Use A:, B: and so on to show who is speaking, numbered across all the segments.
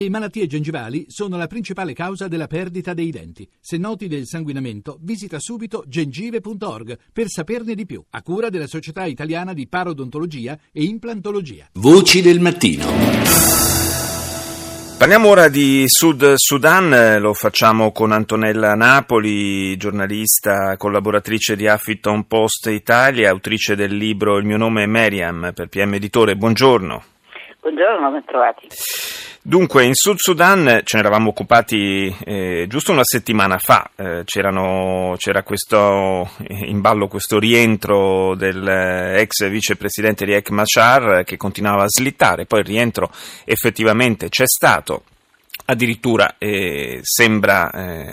A: Le malattie gengivali sono la principale causa della perdita dei denti. Se noti del sanguinamento, visita subito gengive.org per saperne di più, a cura della Società Italiana di Parodontologia e Implantologia.
B: Voci del mattino. Parliamo ora di Sud Sudan, lo facciamo con Antonella Napoli, giornalista, collaboratrice di Huffington Post Italia, autrice del libro Il mio nome è Meriam per PM Editore. Buongiorno.
C: Buongiorno, ben trovati.
B: Dunque, in Sud Sudan ce ne eravamo occupati giusto una settimana fa, c'era questo in ballo questo rientro del ex vicepresidente Riek Machar che continuava a slittare, poi il rientro effettivamente c'è stato. Addirittura sembra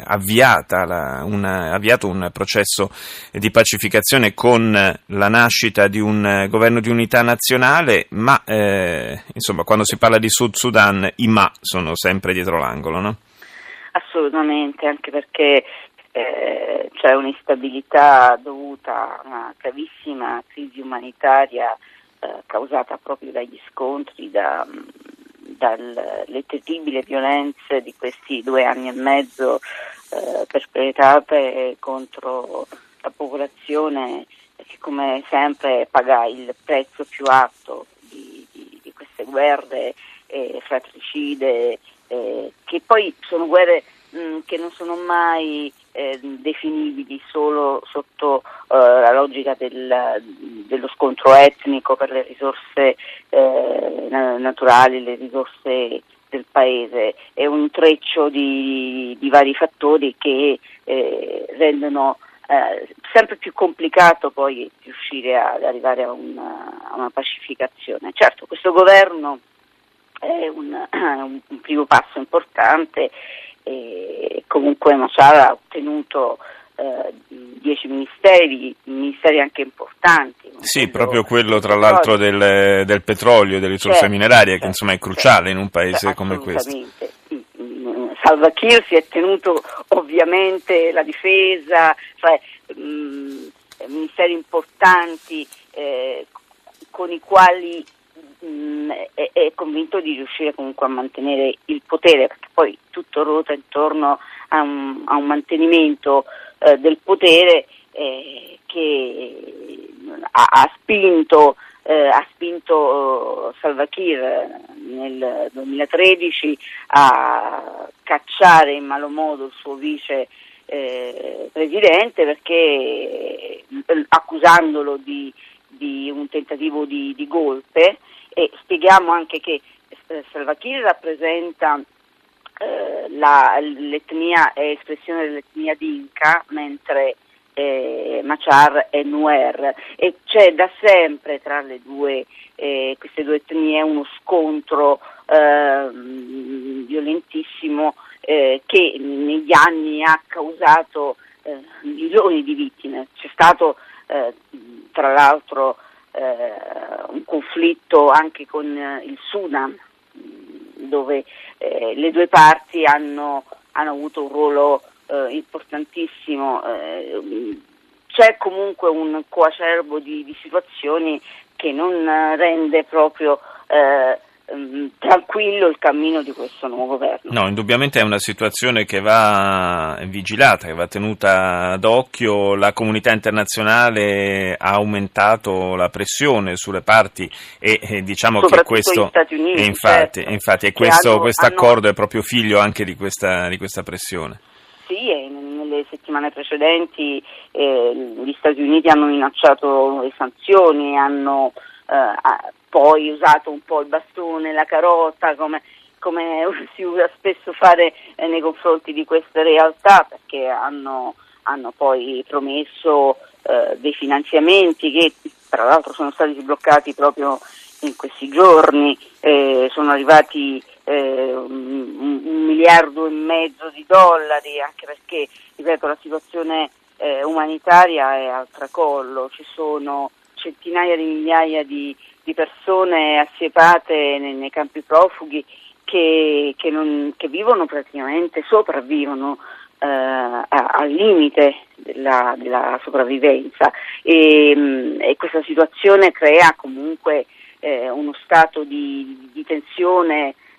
B: avviato un processo di pacificazione con la nascita di un governo di unità nazionale, ma insomma quando si parla di Sud Sudan i ma sono sempre dietro l'angolo, no?
C: Assolutamente, anche perché c'è un'instabilità dovuta a una gravissima crisi umanitaria causata proprio dagli scontri, dalle terribili violenze di questi 2 anni e mezzo perpetrate contro la popolazione che come sempre paga il prezzo più alto di queste guerre fratricide, che poi sono guerre che non sono mai definibili solo sotto la logica dello scontro etnico per le risorse naturali, le risorse del paese. È un intreccio di vari fattori che rendono sempre più complicato poi riuscire ad arrivare a una pacificazione. Certo, questo governo è un primo passo importante. E comunque Machar ha ottenuto 10 ministeri anche importanti.
B: Sì, proprio quello tra l'altro del petrolio, delle risorse minerarie, che insomma è cruciale in un paese come questo.
C: Salva Kiir si è tenuto ovviamente la difesa, cioè ministeri importanti con i quali è convinto di riuscire comunque a mantenere il potere, perché poi tutto ruota intorno a un mantenimento del potere che ha spinto Salva Kiir nel 2013 a cacciare in malo modo il suo vice presidente, perché accusandolo di un tentativo di golpe. E spieghiamo anche che Salva Kiir rappresenta l'etnia, è espressione dell'etnia Dinka, mentre Machar è Nuer, e c'è da sempre tra queste due etnie uno scontro violentissimo che negli anni ha causato milioni di vittime. C'è stato tra l'altro un conflitto anche con il Sudan, dove le due parti hanno avuto un ruolo importantissimo. C'è comunque un coacervo di situazioni che non rende proprio tranquillo il cammino di questo nuovo governo.
B: No, indubbiamente è una situazione che va vigilata, che va tenuta d'occhio. La comunità internazionale ha aumentato la pressione sulle parti e diciamo che questo
C: gli Stati Uniti,
B: infatti e questo accordo è proprio figlio anche di questa pressione.
C: Sì, e nelle settimane precedenti gli Stati Uniti hanno minacciato le sanzioni, hanno poi usato un po' il bastone, la carota, come si usa spesso fare nei confronti di queste realtà, perché hanno poi promesso dei finanziamenti che tra l'altro sono stati sbloccati proprio in questi giorni. Sono arrivati $1,5 miliardi di dollari, anche perché, ripeto, la situazione umanitaria è al tracollo. Ci sono centinaia di migliaia di persone assiepate nei campi profughi che vivono praticamente, sopravvivono al limite della sopravvivenza, e questa situazione crea comunque uno stato di tensione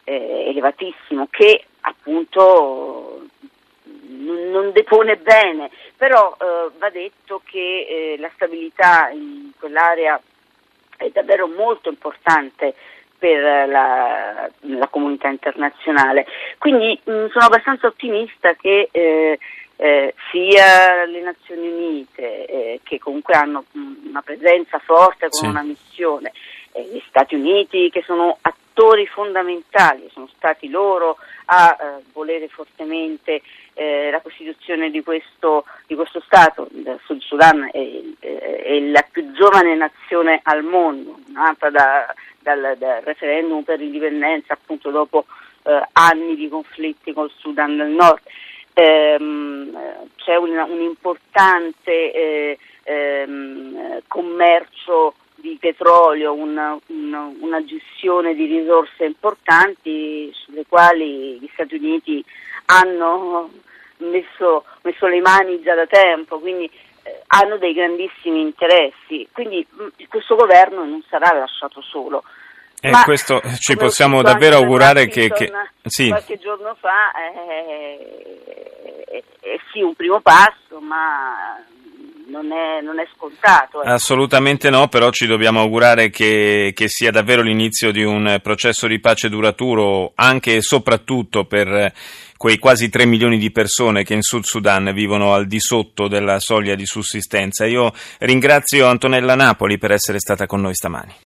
C: elevatissimo, che appunto non depone bene, però va detto che la stabilità in quell'area è davvero molto importante per la comunità internazionale, quindi sono abbastanza ottimista che sia le Nazioni Unite, che comunque hanno una presenza forte con una missione, gli Stati Uniti, che sono attori fondamentali, sono stati loro a volere fortemente la costituzione di questo Stato. Il Sud Sudan è la più giovane nazione al mondo, nata dal referendum per l'indipendenza, appunto dopo anni di conflitti col Sudan del Nord. C'è un importante commercio di petrolio, una gestione di risorse importanti sulle quali gli Stati Uniti hanno messo le mani già da tempo, quindi hanno dei grandissimi interessi, quindi questo governo non sarà lasciato solo. Ma
B: questo ci possiamo davvero augurare che sì.
C: Qualche giorno fa è sì un primo passo, ma non è scontato.
B: Assolutamente no, però ci dobbiamo augurare che sia davvero l'inizio di un processo di pace duraturo, anche e soprattutto per quei quasi 3 milioni di persone che in Sud Sudan vivono al di sotto della soglia di sussistenza. Io ringrazio Antonella Napoli per essere stata con noi stamani.